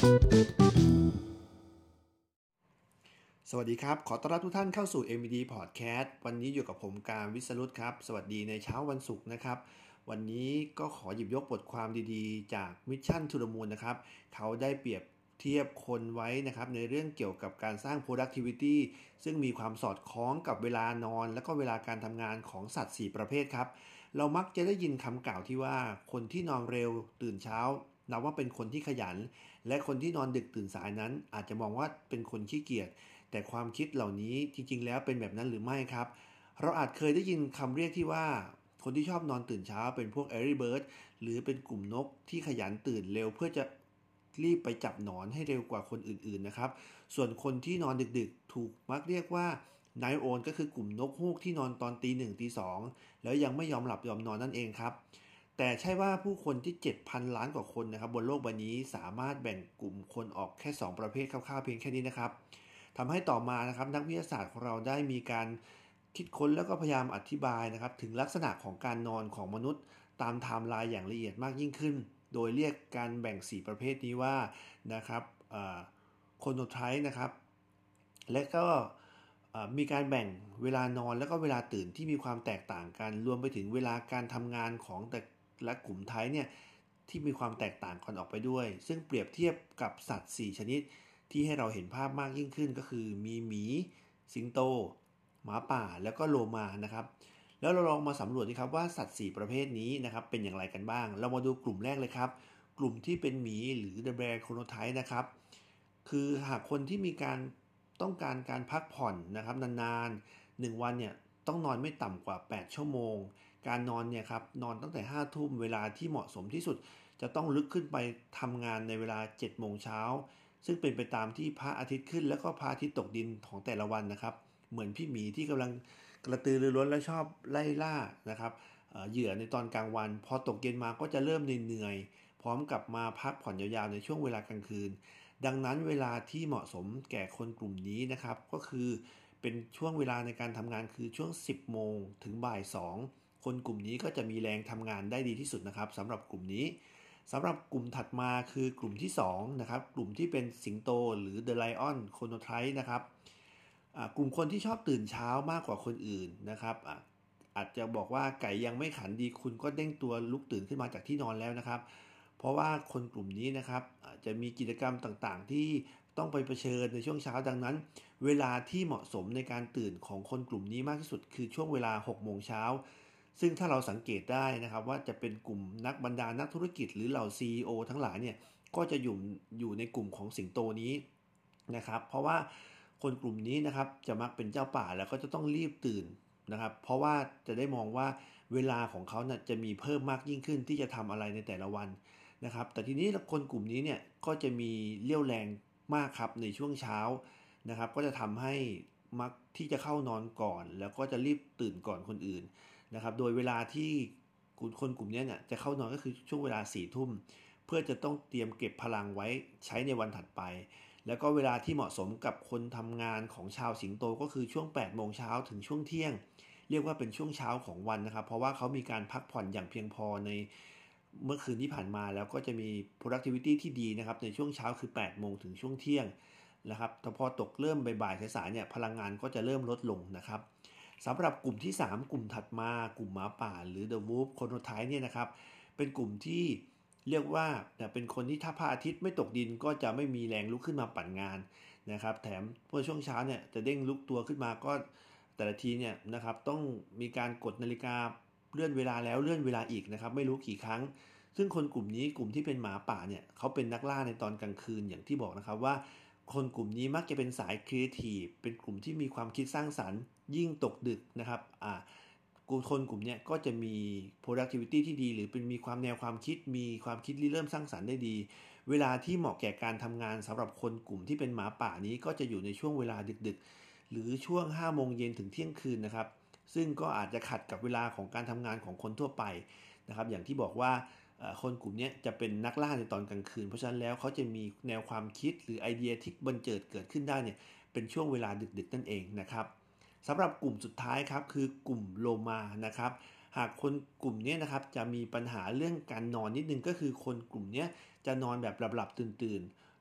สวัสดีครับขอต้อนรับทุกท่านเข้าสู่ MVD Podcast วันนี้อยู่กับผมการวิสรุตครับสวัสดีในเช้าวันศุกร์นะครับวันนี้ก็ขอหยิบยกบทความดีๆจาก Mission to the Moon นะครับเขาได้เปรียบเทียบคนไว้นะครับในเรื่องเกี่ยวกับการสร้าง productivity ซึ่งมีความสอดคล้องกับเวลานอนและก็เวลาการทำงานของสัตว์4ประเภทครับเรามักจะได้ยินคำกล่าวที่ว่าคนที่นอนเร็วตื่นเช้านับว่าเป็นคนที่ขยันและคนที่นอนดึกตื่นสายนั้นอาจจะมองว่าเป็นคนขี้เกียจแต่ความคิดเหล่านี้จริงๆแล้วเป็นแบบนั้นหรือไม่ครับเราอาจเคยได้ยินคำเรียกที่ว่าคนที่ชอบนอนตื่นเช้าเป็นพวก early bird หรือเป็นกลุ่มนกที่ขยันตื่นเร็วเพื่อจะรีบไปจับหนอนให้เร็วกว่าคนอื่นๆนะครับส่วนคนที่นอนดึกๆถูกมักเรียกว่า night owl ก็คือกลุ่มนกฮูกที่นอนตอนตี 1ตี 2แล้วยังไม่ยอมหลับยอมนอนนั่นเองครับแต่ใช่ว่าผู้คนที่ 7,000 ล้านกว่าคนนะครับบนโลกใบนี้สามารถแบ่งกลุ่มคนออกแค่2ประเภทคร่าวๆเพียงแค่นี้นะครับทำให้ต่อมานะครับนักวิทยาศาสตร์ของเราได้มีการคิดค้นแล้วก็พยายามอธิบายนะครับถึงลักษณะของการนอนของมนุษย์ตามไทม์ไลน์อย่างละเอียดมากยิ่งขึ้นโดยเรียกการแบ่ง4ประเภทนี้ว่านะครับโคโนไทป์นะครับและก็มีการแบ่งเวลานอนแล้วก็เวลาตื่นที่มีความแตกต่างกันรวมไปถึงเวลาการทำงานของแต่ละกลุ่มไทป์เนี่ยที่มีความแตกต่างกันออกไปด้วยซึ่งเปรียบเทียบกับสัตว์4ชนิดที่ให้เราเห็นภาพมากยิ่งขึ้นก็คือมีหมีสิงโตหมาป่าแล้วก็โลมานะครับแล้วเราลองมาสำรวจดีครับว่าสัตว์4ประเภทนี้นะครับเป็นอย่างไรกันบ้างเรามาดูกลุ่มแรกเลยครับกลุ่มที่เป็นหมีหรือ The Bear Chronotype นะครับคือหากคนที่มีการต้องการการพักผ่อนนะครับนานๆ1วันเนี่ยต้องนอนไม่ต่ำกว่า8ชั่วโมงการนอนเนี่ยครับนอนตั้งแต่5ทุ่มเวลาที่เหมาะสมที่สุดจะต้องลุกขึ้นไปทำงานในเวลา7โมงเช้าซึ่งเป็นไปตามที่พระอาทิตย์ขึ้นแล้วก็พระอาทิตย์ตกดินของแต่ละวันนะครับเหมือนพี่หมีที่กำลังกระตือรือร้นและชอบไล่ล่านะครับเหยื่อในตอนกลางวันพอตกเย็นมาก็จะเริ่มเหนื่อยพร้อมกับมาพักผ่อนยาวๆในช่วงเวลากลางคืนดังนั้นเวลาที่เหมาะสมแก่คนกลุ่มนี้นะครับก็คือเป็นช่วงเวลาในการทำงานคือช่วง10โมงถึงบ่าย2คนกลุ่มนี้ก็จะมีแรงทำงานได้ดีที่สุดนะครับสำหรับกลุ่มนี้สำหรับกลุ่มถัดมาคือกลุ่มที่2นะครับกลุ่มที่เป็นสิงโตหรือ The Lion Chronotype นะครับกลุ่มคนที่ชอบตื่นเช้ามากกว่าคนอื่นนะครับอาจจะบอกว่าไก่ยังไม่ขันดีคุณก็เด้งตัวลุกตื่นขึ้นมาจากที่นอนแล้วนะครับเพราะว่าคนกลุ่มนี้นะครับจะมีกิจกรรมต่างๆที่ต้องไปเผชิญในช่วงเช้าดังนั้นเวลาที่เหมาะสมในการตื่นของคนกลุ่มนี้มากที่สุดคือช่วงเวลา6โมงเช้าซึ่งถ้าเราสังเกตได้นะครับว่าจะเป็นกลุ่มนักบรรดานักธุรกิจหรือเหล่า CEO ทั้งหลายเนี่ยก็จะอยู่ในกลุ่มของสิงโตนี้นะครับเพราะว่าคนกลุ่มนี้นะครับจะมักเป็นเจ้าป่าแล้วก็จะต้องรีบตื่นนะครับเพราะว่าจะได้มองว่าเวลาของเขานะจะมีเพิ่มมากยิ่งขึ้นที่จะทำอะไรในแต่ละวันนะครับแต่ทีนี้คนกลุ่มนี้เนี่ยก็จะมีเรี่ยวแรงมากครับในช่วงเช้านะครับก็จะทำให้มักที่จะเข้านอนก่อนแล้วก็จะรีบตื่นก่อนคนอื่นนะครับโดยเวลาที่คนกลุ่มนี้เนี่ยจะเข้านอนก็คือช่วงเวลา4ทุ่มเพื่อจะต้องเตรียมเก็บพลังไว้ใช้ในวันถัดไปแล้วก็เวลาที่เหมาะสมกับคนทำงานของชาวสิงโตก็คือช่วง8โมงเช้าถึงช่วงเที่ยงเรียกว่าเป็นช่วงเช้าของวันนะครับเพราะว่าเขามีการพักผ่อนอย่างเพียงพอในเมื่อคืนที่ผ่านมาแล้วก็จะมี productivity ที่ดีนะครับในช่วงเช้าคือ8โมงถึงช่วงเที่ยงนะครับแต่พอตกเริ่มบ่ายๆสายๆเนี่ยพลังงานก็จะเริ่มลดลงนะครับสำหรับกลุ่มที่3กลุ่มถัดมากลุ่มหมาป่าหรือ The Wolf Chronotype เนี่ยนะครับเป็นกลุ่มที่เรียกว่าเป็นคนที่ถ้าพระอาทิตย์ไม่ตกดินก็จะไม่มีแรงลุกขึ้นมาปั่นงานนะครับแถมเมื่อช่วงเช้าเนี่ยจะเด้งลุกตัวขึ้นมาก็แต่ละทีเนี่ยนะครับต้องมีการกดนาฬิกาเลื่อนเวลาแล้วเลื่อนเวลาอีกนะครับไม่รู้กี่ครั้งซึ่งคนกลุ่มนี้กลุ่มที่เป็นหมาป่าเนี่ยเขาเป็นนักล่าในตอนกลางคืนอย่างที่บอกนะครับว่าคนกลุ่มนี้มักจะเป็นสายครีเอทีฟเป็นกลุ่มที่มีความคิดสร้างสรรค์ยิ่งตกดึกนะครับคนกลุ่มนี้ก็จะมี productivity ที่ดีหรือเป็นมีความแนวความคิดมีความคิดริเริ่มสร้างสรรค์ได้ดีเวลาที่เหมาะแก่การทำงานสำหรับคนกลุ่มที่เป็นหมาป่านี้ก็จะอยู่ในช่วงเวลาดึกๆหรือช่วง5โมงเย็นถึงเที่ยงคืนนะครับซึ่งก็อาจจะขัดกับเวลาของการทำงานของคนทั่วไปนะครับอย่างที่บอกว่าคนกลุ่มนี้จะเป็นนักล่าในตอนกลางคืนเพราะฉะนั้นแล้วเขาจะมีแนวความคิดหรือไอเดียที่บันเจิดเกิดขึ้นได้เนี่ยเป็นช่วงเวลาดึกๆนั่นเองนะครับสำหรับกลุ่มสุดท้ายครับคือกลุ่มโลมานะครับหากคนกลุ่มนี้นะครับจะมีปัญหาเรื่องการนอนนิดนึงก็คือคนกลุ่มนี้จะนอนแบบหลับๆตื่น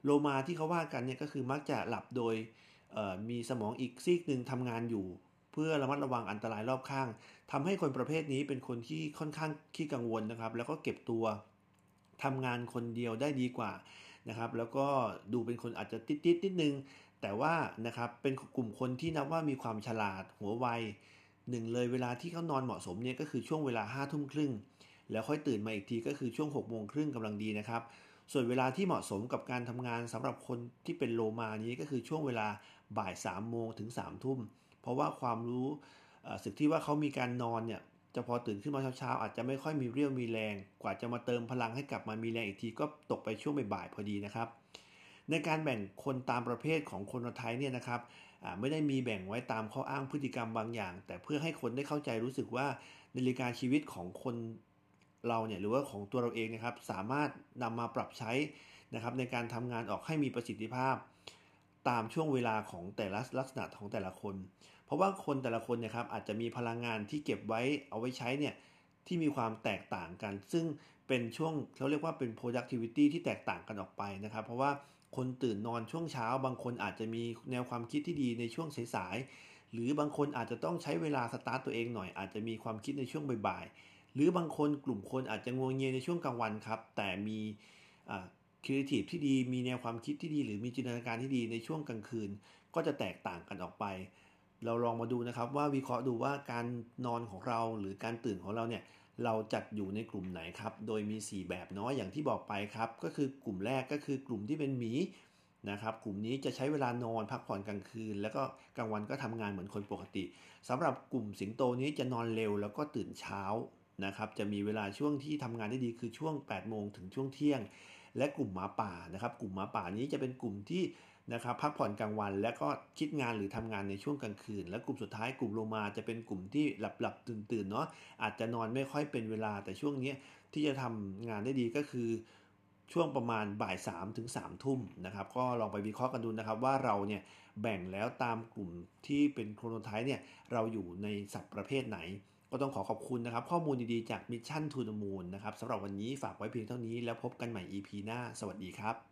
โลมาที่เขาว่ากันเนี่ยก็คือมักจะหลับโดยมีสมองอีกซีกหนึ่งทำงานอยู่เพื่อระมัดระวังอันตรายรอบข้างทำให้คนประเภทนี้เป็นคนที่ค่อนข้างขี้กังวลนะครับแล้วก็เก็บตัวทำงานคนเดียวได้ดีกว่านะครับแล้วก็ดูเป็นคนอาจจะติดนิดนึงแต่ว่านะครับเป็นกลุ่มคนที่นับว่ามีความฉลาดหัวไวหนึ่งเลยเวลาที่เขานอนเหมาะสมเนี่ยก็คือช่วงเวลา5 ทุ่มครึ่งแล้วค่อยตื่นมาอีกทีก็คือช่วง6 โมงครึ่งกำลังดีนะครับส่วนเวลาที่เหมาะสมกับการทำงานสำหรับคนที่เป็นโลมานี้ก็คือช่วงเวลาบ่าย3 โมงถึง3 ทุ่มเพราะว่าความรู้สึกที่ว่าเขามีการนอนเนี่ยจะพอตื่นขึ้นมาเช้าๆอาจจะไม่ค่อยมีเรี่ยวมีแรงกว่าจะมาเติมพลังให้กลับมามีแรงอีกทีก็ตกไปช่วงบ่ายๆพอดีนะครับในการแบ่งคนตามประเภทของคนไทยเนี่ยนะครับไม่ได้มีแบ่งไว้ตามข้ออ้างพฤติกรรมบางอย่างแต่เพื่อให้คนได้เข้าใจรู้สึกว่านาฬิกาชีวิตของคนเราเนี่ยหรือว่าของตัวเราเองนะครับสามารถนำมาปรับใช้นะครับในการทำงานออกให้มีประสิทธิภาพตามช่วงเวลาของแต่ละลักษณะของแต่ละคนเพราะว่าคนแต่ละคนเนี่ยครับอาจจะมีพลังงานที่เก็บไว้เอาไว้ใช้เนี่ยที่มีความแตกต่างกันซึ่งเป็นช่วงเขาเรียกว่าเป็น productivity ที่แตกต่างกันออกไปนะครับเพราะว่าคนตื่นนอนช่วงเช้าบางคนอาจจะมีแนวความคิดที่ดีในช่วงสายๆหรือบางคนอาจจะต้องใช้เวลาสตาร์ตตัวเองหน่อยอาจจะมีความคิดในช่วงบ่ายๆหรือบางคนกลุ่มคนอาจจะงัวเงียในช่วงกลางวันครับแต่มีครีเอทีฟที่ดีมีแนวความคิดที่ดีหรือมีจินตนาการที่ดีในช่วงกลางคืนก็จะแตกต่างกันออกไปเราลองมาดูนะครับว่าวิเคราะห์ดูว่าการนอนของเราหรือการตื่นของเราเนี่ยเราจัดอยู่ในกลุ่มไหนครับโดยมี4แบบเนาะอย่างที่บอกไปครับก็คือกลุ่มแรกก็คือกลุ่มที่เป็นหมีนะครับกลุ่มนี้จะใช้เวลานอนพักผ่อนกลางคืนแล้วก็กลางวันก็ทำงานเหมือนคนปกติสำหรับกลุ่มสิงโตนี้จะนอนเร็วแล้วก็ตื่นเช้านะครับจะมีเวลาช่วงที่ทำงานได้ดีคือช่วง8 โมงถึงช่วงเที่ยงและกลุ่มหมาป่านะครับกลุ่มหมาป่านี้จะเป็นกลุ่มที่นะครับพักผ่อนกลางวันแล้วก็คิดงานหรือทำงานในช่วงกลางคืนและกลุ่มสุดท้ายกลุ่มโลมาจะเป็นกลุ่มที่หลับตื่นเนาะอาจจะนอนไม่ค่อยเป็นเวลาแต่ช่วงนี้ที่จะทำงานได้ดีก็คือช่วงประมาณบ่าย3 ถึง 3 ทุ่มนะครับก็ลองไปวิเคราะห์กันดูนะครับว่าเราเนี่ยแบ่งแล้วตามกลุ่มที่เป็นโครโนไทป์เนี่ยเราอยู่ในสัตว์ประเภทไหนก็ต้องขอบคุณนะครับข้อมูลดีๆจาก Mission to the Moon นะครับสำหรับวันนี้ฝากไว้เพียงเท่านี้แล้วพบกันใหม่ EP หน้าสวัสดีครับ